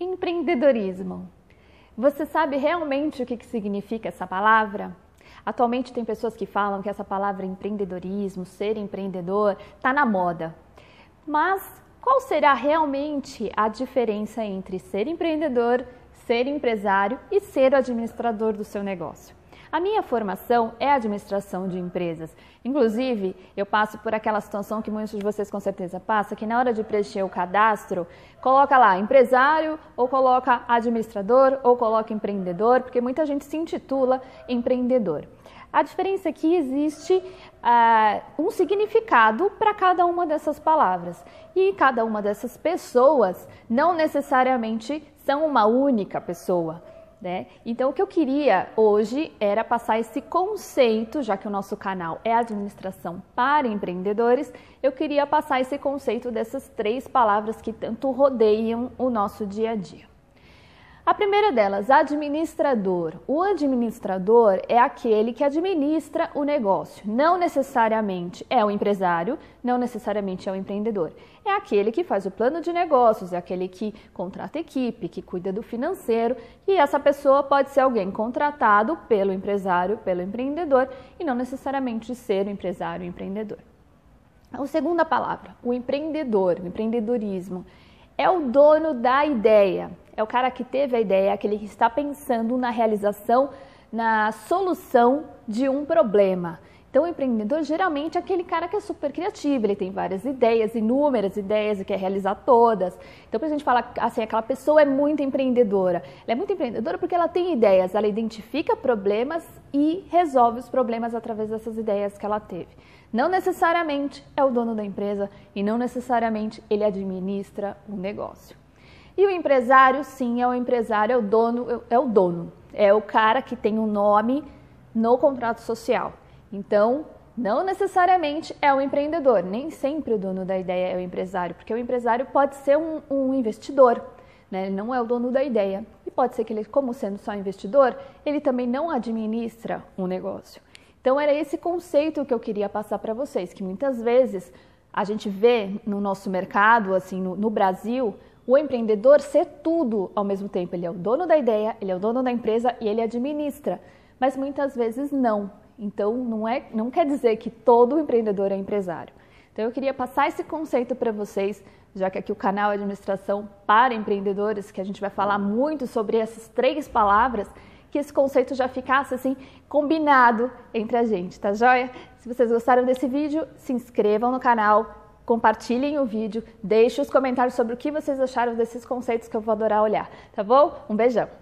Empreendedorismo. Você sabe realmente o que significa essa palavra? Atualmente tem pessoas que falam que essa palavra empreendedorismo, ser empreendedor, está na moda. Mas qual será realmente a diferença entre ser empreendedor, ser empresário e ser o administrador do seu negócio? A minha formação é administração de empresas. Inclusive, eu passo por aquela situação que muitos de vocês com certeza passam, que na hora de preencher o cadastro, coloca lá empresário, ou coloca administrador, ou coloca empreendedor, porque muita gente se intitula empreendedor. A diferença é que existe um significado para cada uma dessas palavras. E cada uma dessas pessoas não necessariamente são uma única pessoa. Então, o que eu queria hoje era passar esse conceito, já que o nosso canal é administração para empreendedores, eu queria passar esse conceito dessas três palavras que tanto rodeiam o nosso dia a dia. A primeira delas, administrador. O administrador é aquele que administra o negócio. Não necessariamente é o empresário, não necessariamente é o empreendedor. É aquele que faz o plano de negócios, é aquele que contrata equipe, que cuida do financeiro. E essa pessoa pode ser alguém contratado pelo empresário, pelo empreendedor, e não necessariamente ser o empresário, o empreendedor. A segunda palavra, o empreendedor, o empreendedorismo. É o dono da ideia, é o cara que teve a ideia, é aquele que está pensando na realização, na solução de um problema. Então, o empreendedor geralmente é aquele cara que é super criativo, ele tem várias ideias, inúmeras ideias e quer realizar todas. Então, para a gente falar assim, aquela pessoa é muito empreendedora. Ela é muito empreendedora porque ela tem ideias, ela identifica problemas e resolve os problemas através dessas ideias que ela teve. Não necessariamente é o dono da empresa e não necessariamente ele administra o negócio. E o empresário, sim, é o empresário, é o cara que tem um nome no contrato social. Então, não necessariamente é o empreendedor, nem sempre o dono da ideia é o empresário, porque o empresário pode ser um investidor, né? Ele não é o dono da ideia. E pode ser que ele, como sendo só investidor, ele também não administra um negócio. Então, era esse conceito que eu queria passar para vocês, que muitas vezes a gente vê no nosso mercado, assim, no Brasil, o empreendedor ser tudo ao mesmo tempo. Ele é o dono da ideia, ele é o dono da empresa e ele administra, mas muitas vezes não. Então, não quer dizer que todo empreendedor é empresário. Então, eu queria passar esse conceito para vocês, já que aqui o canal é Administração para Empreendedores, que a gente vai falar muito sobre essas três palavras, que esse conceito já ficasse assim combinado entre a gente, tá joia? Se vocês gostaram desse vídeo, se inscrevam no canal, compartilhem o vídeo, deixem os comentários sobre o que vocês acharam desses conceitos que eu vou adorar olhar, tá bom? Um beijão!